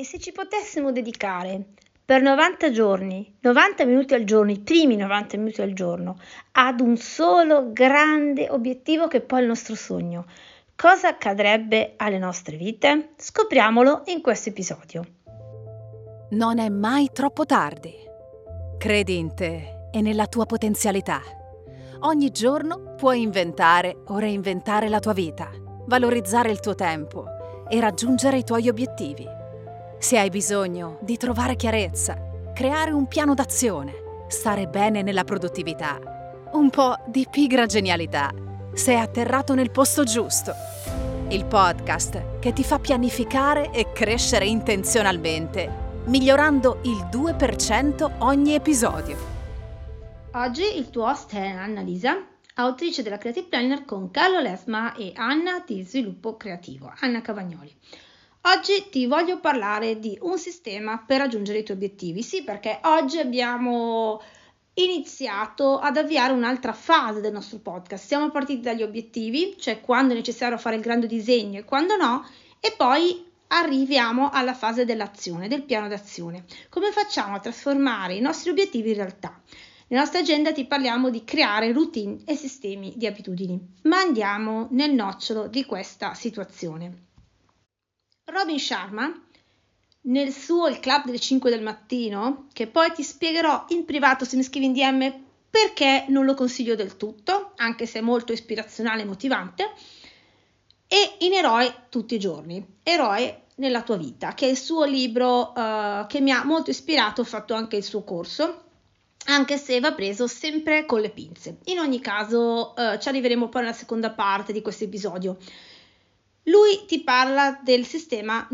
E se ci potessimo dedicare per 90 giorni, 90 minuti al giorno, i primi 90 minuti al giorno, ad un solo grande obiettivo che è poi il nostro sogno, cosa accadrebbe alle nostre vite? Scopriamolo in questo episodio. Non è mai troppo tardi. Credi in te e nella tua potenzialità. Ogni giorno puoi inventare o reinventare la tua vita, valorizzare il tuo tempo e raggiungere i tuoi obiettivi. Se hai bisogno di trovare chiarezza, creare un piano d'azione, stare bene nella produttività, un po' di pigra genialità, sei atterrato nel posto giusto. Il podcast che ti fa pianificare e crescere intenzionalmente, migliorando il 2% ogni episodio. Oggi il tuo host è Annalisa, autrice della Creative Planner con Carlo Lesma e Anna di Sviluppo Creativo, Anna Cavagnoli. Oggi ti voglio parlare di un sistema per raggiungere i tuoi obiettivi. Sì, perché oggi abbiamo iniziato ad avviare un'altra fase del nostro podcast. Siamo partiti dagli obiettivi, cioè quando è necessario fare il grande disegno e quando no, e poi arriviamo alla fase dell'azione, del piano d'azione. Come facciamo a trasformare i nostri obiettivi in realtà? Nella nostra agenda ti parliamo di creare routine e sistemi di abitudini, ma andiamo nel nocciolo di questa situazione. Robin Sharma, nel suo Il Club delle 5 del mattino, che poi ti spiegherò in privato se mi scrivi in DM perché non lo consiglio del tutto, anche se è molto ispirazionale e motivante, e in Eroe tutti i giorni, Eroe nella tua vita, che è il suo libro che mi ha molto ispirato, ho fatto anche il suo corso, anche se va preso sempre con le pinze. In ogni caso ci arriveremo poi nella seconda parte di questo episodio. Lui ti parla del sistema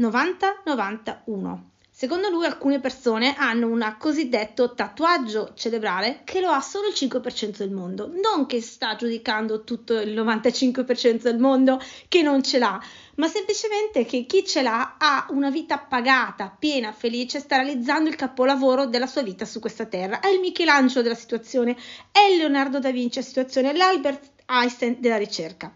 90-91. Secondo lui alcune persone hanno un cosiddetto tatuaggio cerebrale che lo ha solo il 5% del mondo. Non che sta giudicando tutto il 95% del mondo che non ce l'ha, ma semplicemente che chi ce l'ha ha una vita pagata, piena, felice, sta realizzando il capolavoro della sua vita su questa terra. È il Michelangelo della situazione, è il Leonardo da Vinci della situazione, è l'Albert Einstein della ricerca.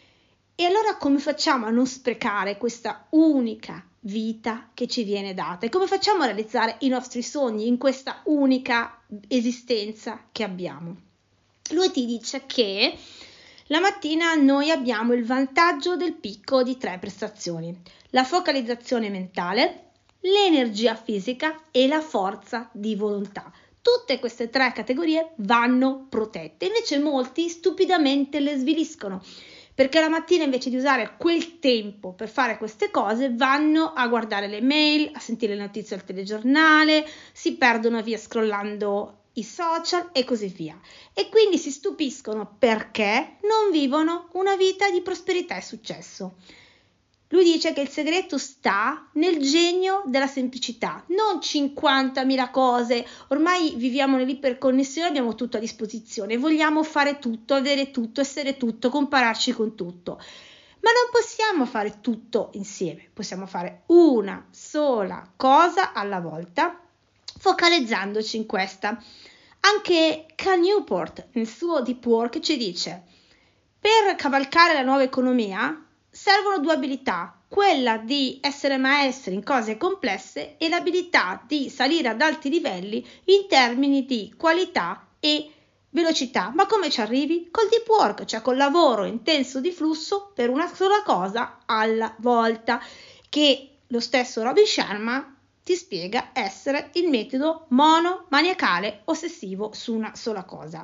E allora come facciamo a non sprecare questa unica vita che ci viene data? E come facciamo a realizzare i nostri sogni in questa unica esistenza che abbiamo? Lui ti dice che la mattina noi abbiamo il vantaggio del picco di 3 prestazioni: la focalizzazione mentale, l'energia fisica e la forza di volontà. Tutte queste 3 categorie vanno protette, invece molti stupidamente le sviliscono, perché la mattina invece di usare quel tempo per fare queste cose vanno a guardare le mail, a sentire le notizie al telegiornale, si perdono via scrollando i social e così via. E quindi si stupiscono perché non vivono una vita di prosperità e successo. Lui dice che il segreto sta nel genio della semplicità, non 50.000 cose. Ormai viviamo nell'iperconnessione, abbiamo tutto a disposizione, vogliamo fare tutto, avere tutto, essere tutto, compararci con tutto. Ma non possiamo fare tutto insieme, possiamo fare una sola cosa alla volta, focalizzandoci in questa. Anche Cal Newport, nel suo Deep Work, ci dice: per cavalcare la nuova economia servono 2 abilità, quella di essere maestri in cose complesse e l'abilità di salire ad alti livelli in termini di qualità e velocità. Ma come ci arrivi? Col deep work, cioè col lavoro intenso di flusso per una sola cosa alla volta, che lo stesso Robin Sharma ti spiega essere il metodo monomaniacale ossessivo su una sola cosa.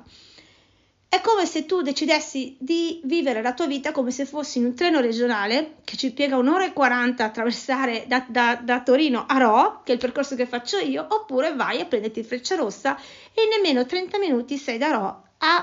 È come se tu decidessi di vivere la tua vita come se fossi in un treno regionale che ci piega 1 ora e 40 a attraversare da Torino a Rho, che è il percorso che faccio io, oppure vai a prenderti il Frecciarossa e in nemmeno 30 minuti sei da Rho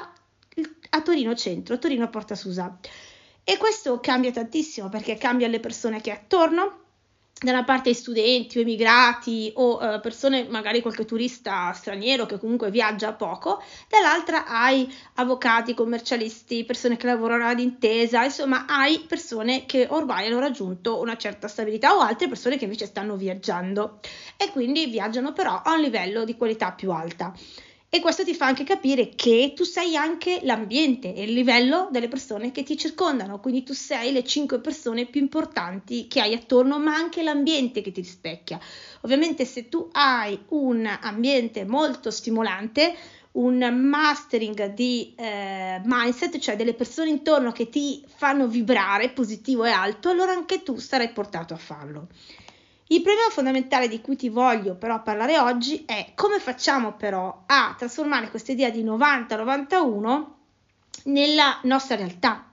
a Torino centro, Torino Porta Susa. E questo cambia tantissimo, perché cambia le persone che hai attorno. Da una parte i studenti o immigrati o persone, magari qualche turista straniero che comunque viaggia poco, dall'altra hai avvocati, commercialisti, persone che lavorano ad intesa, insomma hai persone che ormai hanno raggiunto una certa stabilità o altre persone che invece stanno viaggiando e quindi viaggiano però a un livello di qualità più alta. E questo ti fa anche capire che tu sei anche l'ambiente e il livello delle persone che ti circondano, quindi tu sei le 5 persone più importanti che hai attorno, ma anche l'ambiente che ti rispecchia. Ovviamente se tu hai un ambiente molto stimolante, un mastering di mindset, cioè delle persone intorno che ti fanno vibrare positivo e alto, allora anche tu sarai portato a farlo. Il problema fondamentale di cui ti voglio però parlare oggi è come facciamo però a trasformare questa idea di 90-91 nella nostra realtà.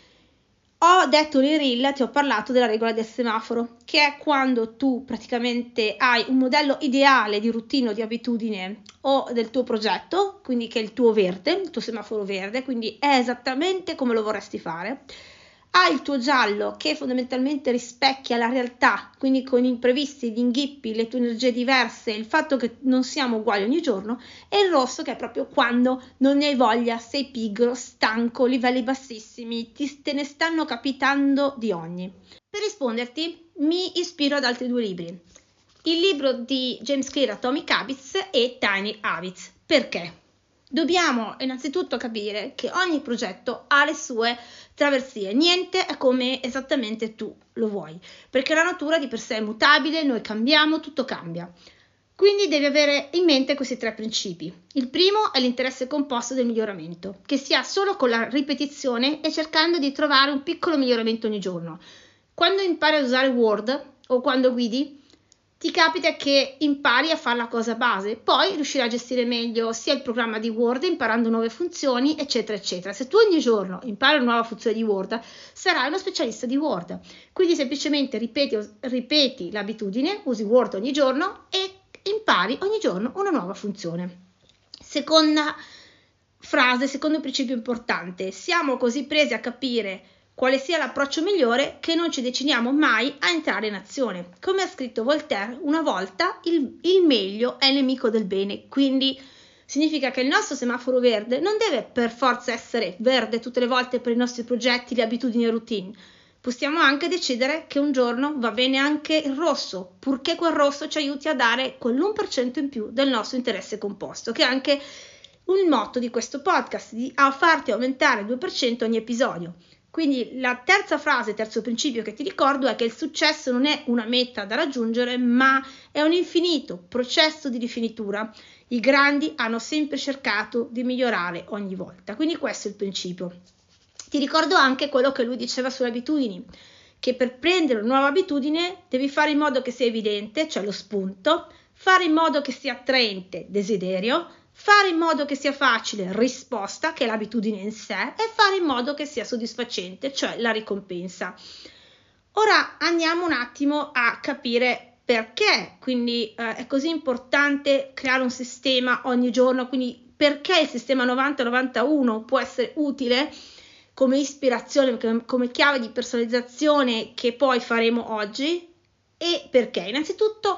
Ho detto nei reel, ti ho parlato della regola del semaforo, che è quando tu praticamente hai un modello ideale di routine o di abitudine o del tuo progetto, quindi che è il tuo verde, il tuo semaforo verde, quindi è esattamente come lo vorresti fare. Hai il tuo giallo che fondamentalmente rispecchia la realtà, quindi con gli imprevisti, gli inghippi, le tue energie diverse, il fatto che non siamo uguali ogni giorno, e il rosso che è proprio quando non ne hai voglia, sei pigro, stanco, livelli bassissimi, te ne stanno capitando di ogni. Per risponderti mi ispiro ad altri 2 libri, il libro di James Clear, Atomic Habits, e Tiny Habits. Perché? Dobbiamo innanzitutto capire che ogni progetto ha le sue traversie, niente è come esattamente tu lo vuoi, perché la natura di per sé è mutabile, noi cambiamo, tutto cambia. Quindi devi avere in mente questi 3 principi. Il primo è l'interesse composto del miglioramento, che si ha solo con la ripetizione e cercando di trovare un piccolo miglioramento ogni giorno. Quando impari ad usare Word o quando guidi, ti capita che impari a fare la cosa base, poi riuscirai a gestire meglio sia il programma di Word imparando nuove funzioni, eccetera, eccetera. Se tu ogni giorno impari una nuova funzione di Word, sarai uno specialista di Word. Quindi semplicemente ripeti l'abitudine, usi Word ogni giorno e impari ogni giorno una nuova funzione. Seconda frase, secondo principio importante, siamo così presi a capire quale sia l'approccio migliore che non ci decidiamo mai a entrare in azione. Come ha scritto Voltaire, una volta il meglio è nemico del bene, quindi significa che il nostro semaforo verde non deve per forza essere verde tutte le volte per i nostri progetti, le abitudini e routine. Possiamo anche decidere che un giorno va bene anche il rosso, purché quel rosso ci aiuti a dare quell'1% in più del nostro interesse composto, che è anche il motto di questo podcast, di farti aumentare il 2% ogni episodio. Quindi la terza frase, terzo principio che ti ricordo è che il successo non è una meta da raggiungere, ma è un infinito processo di rifinitura. I grandi hanno sempre cercato di migliorare ogni volta. Quindi questo è il principio. Ti ricordo anche quello che lui diceva sulle abitudini, che per prendere una nuova abitudine devi fare in modo che sia evidente, cioè lo spunto, fare in modo che sia attraente, desiderio, fare in modo che sia facile, risposta, che è l'abitudine in sé, e fare in modo che sia soddisfacente, cioè la ricompensa. Ora andiamo un attimo a capire perché quindi è così importante creare un sistema ogni giorno, quindi perché il sistema 90-91 può essere utile come ispirazione, come chiave di personalizzazione che poi faremo oggi, e perché innanzitutto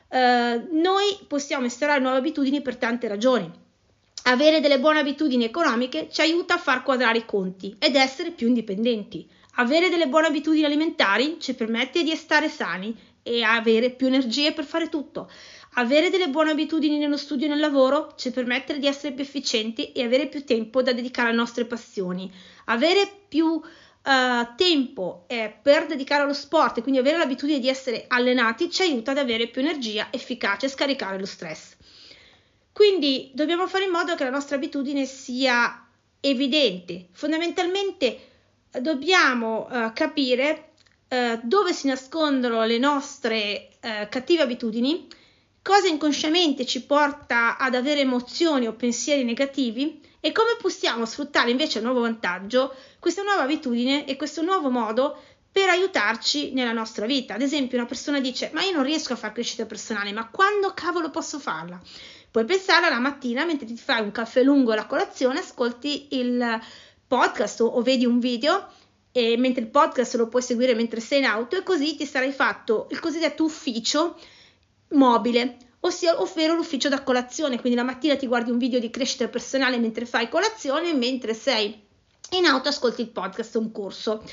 noi possiamo instaurare nuove abitudini per tante ragioni. Avere delle buone abitudini economiche ci aiuta a far quadrare i conti ed essere più indipendenti. Avere delle buone abitudini alimentari ci permette di stare sani e avere più energie per fare tutto. Avere delle buone abitudini nello studio e nel lavoro ci permette di essere più efficienti e avere più tempo da dedicare alle nostre passioni. Avere più tempo per dedicare allo sport e quindi avere l'abitudine di essere allenati ci aiuta ad avere più energia efficace e scaricare lo stress. Quindi dobbiamo fare in modo che la nostra abitudine sia evidente. Fondamentalmente dobbiamo capire dove si nascondono le nostre cattive abitudini, cosa inconsciamente ci porta ad avere emozioni o pensieri negativi e come possiamo sfruttare invece a nuovo vantaggio questa nuova abitudine e questo nuovo modo per aiutarci nella nostra vita. Ad esempio, una persona dice: ma io non riesco a fare crescita personale, ma quando cavolo posso farla? Puoi pensare alla mattina mentre ti fai un caffè lungo alla colazione, ascolti il podcast o vedi un video, e mentre il podcast lo puoi seguire mentre sei in auto, e così ti sarai fatto il cosiddetto ufficio mobile, ovvero l'ufficio da colazione. Quindi la mattina ti guardi un video di crescita personale mentre fai colazione, mentre sei in auto ascolti il podcast o un corso.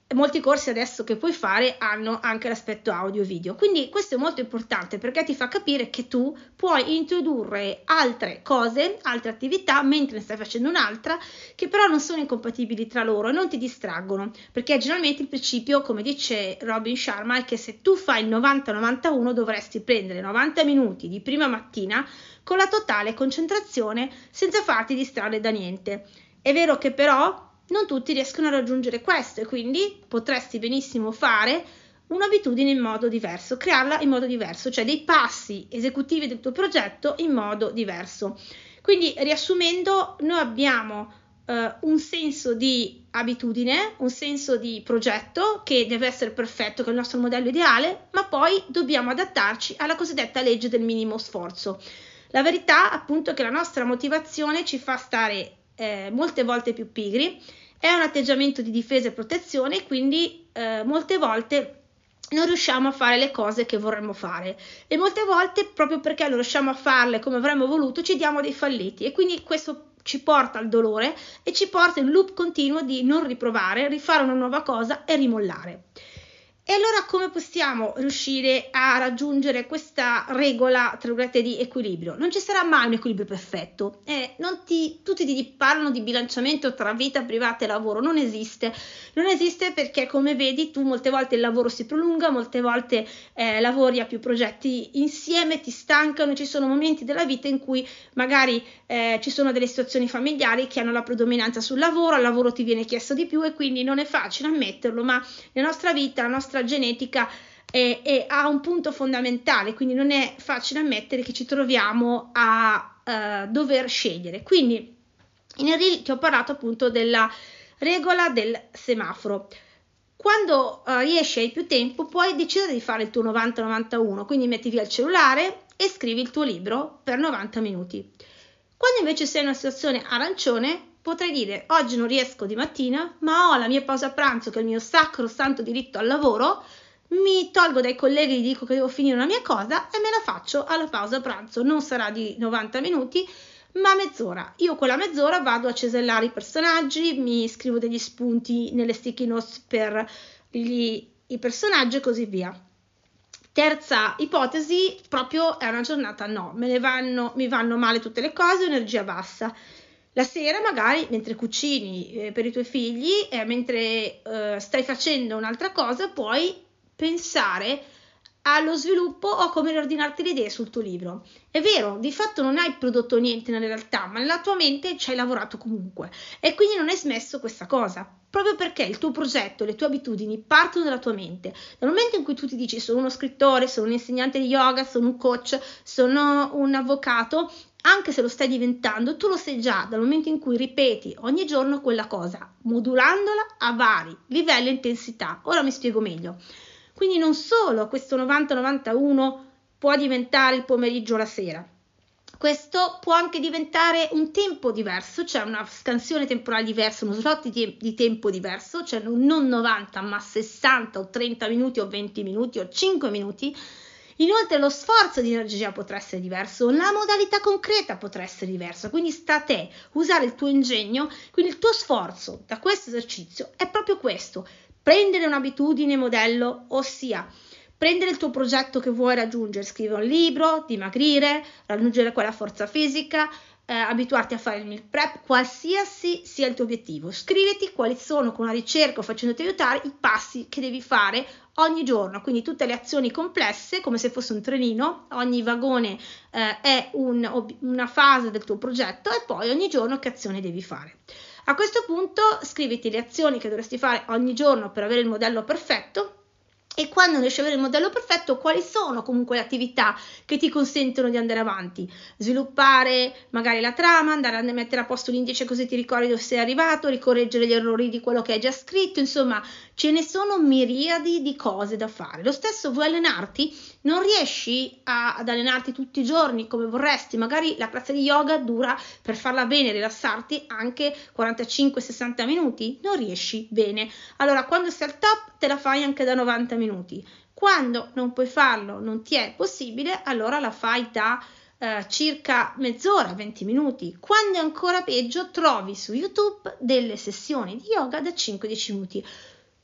molti corsi adesso che puoi fare hanno anche l'aspetto audio e video, quindi questo è molto importante perché ti fa capire che tu puoi introdurre altre cose, altre attività mentre ne stai facendo un'altra, che però non sono incompatibili tra loro e non ti distraggono, perché generalmente il principio, come dice Robin Sharma, è che se tu fai il 90-91 dovresti prendere 90 minuti di prima mattina con la totale concentrazione senza farti distrarre da niente. È vero che però non tutti riescono a raggiungere questo e quindi potresti benissimo fare un'abitudine in modo diverso, crearla in modo diverso, cioè dei passi esecutivi del tuo progetto in modo diverso. Quindi riassumendo, noi abbiamo un senso di abitudine, un senso di progetto che deve essere perfetto, che è il nostro modello ideale, ma poi dobbiamo adattarci alla cosiddetta legge del minimo sforzo. La verità appunto è che la nostra motivazione ci fa stare molte volte più pigri, è un atteggiamento di difesa e protezione, quindi molte volte non riusciamo a fare le cose che vorremmo fare e molte volte proprio perché non riusciamo a farle come avremmo voluto ci diamo dei falliti e quindi questo ci porta al dolore e ci porta in un loop continuo di non riprovare, rifare una nuova cosa e rimollare. E allora come possiamo riuscire a raggiungere questa regola, tra virgolette, di equilibrio? Non ci sarà mai un equilibrio perfetto. Tutti ti parlano di bilanciamento tra vita privata e lavoro. Non esiste. Non esiste perché, come vedi, tu molte volte il lavoro si prolunga, molte volte lavori a più progetti insieme, ti stancano. Ci sono momenti della vita in cui magari ci sono delle situazioni familiari che hanno la predominanza sul lavoro, al lavoro ti viene chiesto di più e quindi non è facile ammetterlo, ma la nostra vita, la nostra genetica ha un punto fondamentale, quindi non è facile ammettere che ci troviamo a dover scegliere. Quindi in reel ti ho parlato appunto della regola del semaforo. Quando riesci e hai più tempo puoi decidere di fare il tuo 90-91, quindi metti via il cellulare e scrivi il tuo libro per 90 minuti. Quando invece sei in una situazione arancione potrei dire oggi non riesco di mattina, ma ho la mia pausa pranzo che è il mio sacro santo diritto al lavoro, mi tolgo dai colleghi, gli dico che devo finire una mia cosa e me la faccio alla pausa pranzo. Non sarà di 90 minuti, ma mezz'ora. Io quella mezz'ora vado a cesellare i personaggi, mi scrivo degli spunti nelle sticky notes per i personaggi e così via. Terza ipotesi, proprio è una giornata no, mi vanno male tutte le cose, energia bassa. La sera magari mentre cucini per i tuoi figli, mentre stai facendo un'altra cosa, puoi pensare allo sviluppo o a come riordinarti le idee sul tuo libro. È vero, di fatto non hai prodotto niente nella realtà, ma nella tua mente ci hai lavorato comunque e quindi non hai smesso questa cosa, proprio perché il tuo progetto, le tue abitudini partono dalla tua mente. Dal momento in cui tu ti dici sono uno scrittore, sono un insegnante di yoga, sono un coach, sono un avvocato, anche se lo stai diventando, tu lo sai già dal momento in cui ripeti ogni giorno quella cosa, modulandola a vari livelli e intensità. Ora mi spiego meglio. Quindi non solo questo 90-91 può diventare il pomeriggio o la sera, questo può anche diventare un tempo diverso, cioè una scansione temporale diversa, uno slot di tempo diverso, cioè non 90 ma 60 o 30 minuti o 20 minuti o 5 minuti. Inoltre lo sforzo di energia potrà essere diverso, la modalità concreta potrà essere diversa, quindi sta a te usare il tuo ingegno, quindi il tuo sforzo da questo esercizio è proprio questo. Prendere un'abitudine modello, ossia prendere il tuo progetto che vuoi raggiungere, scrivere un libro, dimagrire, raggiungere quella forza fisica, abituarti a fare il meal prep, qualsiasi sia il tuo obiettivo. Scriviti quali sono, con una ricerca o facendoti aiutare, i passi che devi fare ogni giorno, quindi tutte le azioni complesse come se fosse un trenino, ogni vagone è una fase del tuo progetto e poi ogni giorno che azione devi fare. A questo punto scriviti le azioni che dovresti fare ogni giorno per avere il modello perfetto e quando non riesci ad avere il modello perfetto, quali sono comunque le attività che ti consentono di andare avanti? Sviluppare magari la trama, andare a mettere a posto l'indice così ti ricordi dove sei arrivato, ricorreggere gli errori di quello che hai già scritto, insomma ce ne sono miriadi di cose da fare. Lo stesso vuoi allenarti? Non riesci ad allenarti tutti i giorni come vorresti, magari la classe di yoga dura per farla bene, rilassarti anche 45-60 minuti, non riesci bene. Allora quando sei al top te la fai anche da 90 minuti. Quando non puoi farlo, non ti è possibile, allora la fai da circa mezz'ora, 20 minuti. Quando è ancora peggio, trovi su YouTube delle sessioni di yoga da 5-10 minuti.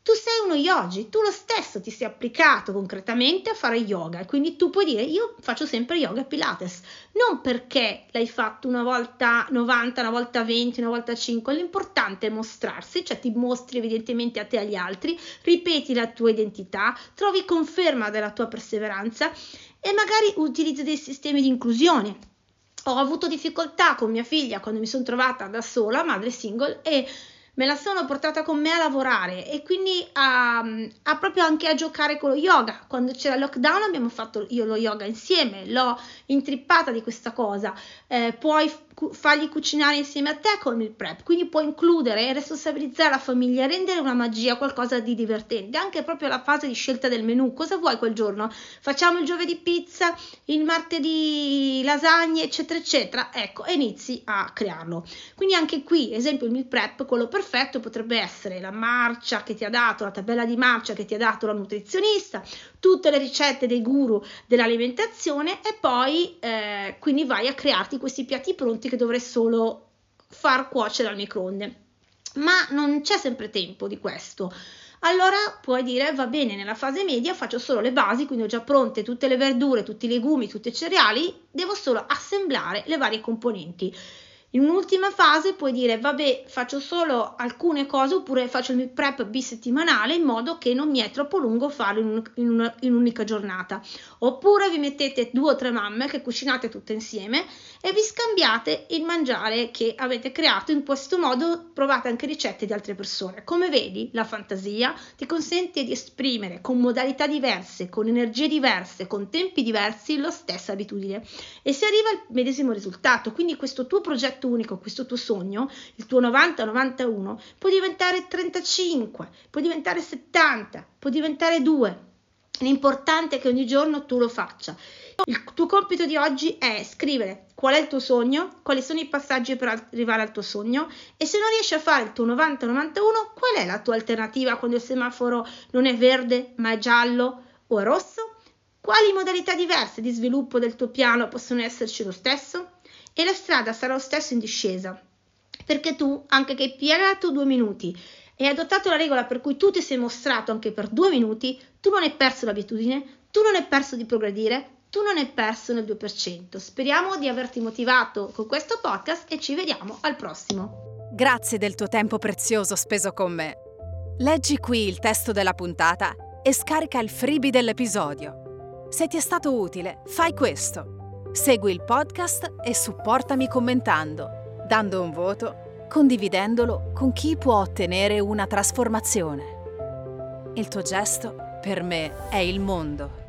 Tu sei uno yogi, tu lo stesso ti sei applicato concretamente a fare yoga e quindi tu puoi dire io faccio sempre yoga e Pilates, non perché l'hai fatto una volta 90, una volta 20, una volta 5, l'importante è mostrarsi, cioè ti mostri evidentemente a te e agli altri, ripeti la tua identità, trovi conferma della tua perseveranza e magari utilizzi dei sistemi di inclusione. Ho avuto difficoltà con mia figlia quando mi sono trovata da sola, madre single, e me la sono portata con me a lavorare e quindi a proprio anche a giocare con lo yoga. Quando c'era il lockdown abbiamo fatto io lo yoga insieme, l'ho intrippata di questa cosa. Puoi fargli cucinare insieme a te con il prep, quindi puoi includere e responsabilizzare la famiglia, rendere una magia qualcosa di divertente, anche proprio la fase di scelta del menù. Cosa vuoi quel giorno? Facciamo il giovedì pizza, il martedì lasagne, eccetera eccetera. Ecco, e inizi a crearlo. Quindi anche qui, esempio, il meal prep, quello perfetto potrebbe essere la marcia che ti ha dato, la tabella di marcia che ti ha dato la nutrizionista, tutte le ricette dei guru dell'alimentazione e poi quindi vai a crearti questi piatti pronti che dovrei solo far cuocere al microonde. Ma non c'è sempre tempo di questo. Allora puoi dire va bene, nella fase media faccio solo le basi, quindi ho già pronte tutte le verdure, tutti i legumi, tutti i cereali, devo solo assemblare le varie componenti. In un'ultima fase puoi dire vabbè, faccio solo alcune cose oppure faccio il meal prep bisettimanale in modo che non mi è troppo lungo farlo in un'unica giornata. Oppure vi mettete 2 o 3 mamme che cucinate tutte insieme e vi scambiate il mangiare che avete creato. In questo modo provate anche ricette di altre persone. Come vedi, la fantasia ti consente di esprimere con modalità diverse, con energie diverse, con tempi diversi la stessa abitudine e si arriva al medesimo risultato. Quindi questo tuo progetto unico, questo tuo sogno, il tuo 90-91 può diventare 35, può diventare 70, può diventare 2. L'importante è che ogni giorno tu lo faccia. Il tuo compito di oggi è scrivere qual è il tuo sogno, quali sono i passaggi per arrivare al tuo sogno e se non riesci a fare il tuo 90-91, qual è la tua alternativa quando il semaforo non è verde ma è giallo o è rosso? Quali modalità diverse di sviluppo del tuo piano possono esserci lo stesso? E la strada sarà lo stesso in discesa, perché tu, anche che hai pieghato 2 minuti e hai adottato la regola per cui tu ti sei mostrato anche per 2 minuti, tu non hai perso l'abitudine, tu non hai perso di progredire, tu non hai perso nel 2%. Speriamo di averti motivato con questo podcast e ci vediamo al prossimo. Grazie del tuo tempo prezioso speso con me. Leggi qui il testo della puntata e scarica il freebie dell'episodio. Se ti è stato utile, fai questo. Segui il podcast e supportami commentando, dando un voto, condividendolo con chi può ottenere una trasformazione. Il tuo gesto, per me, è il mondo.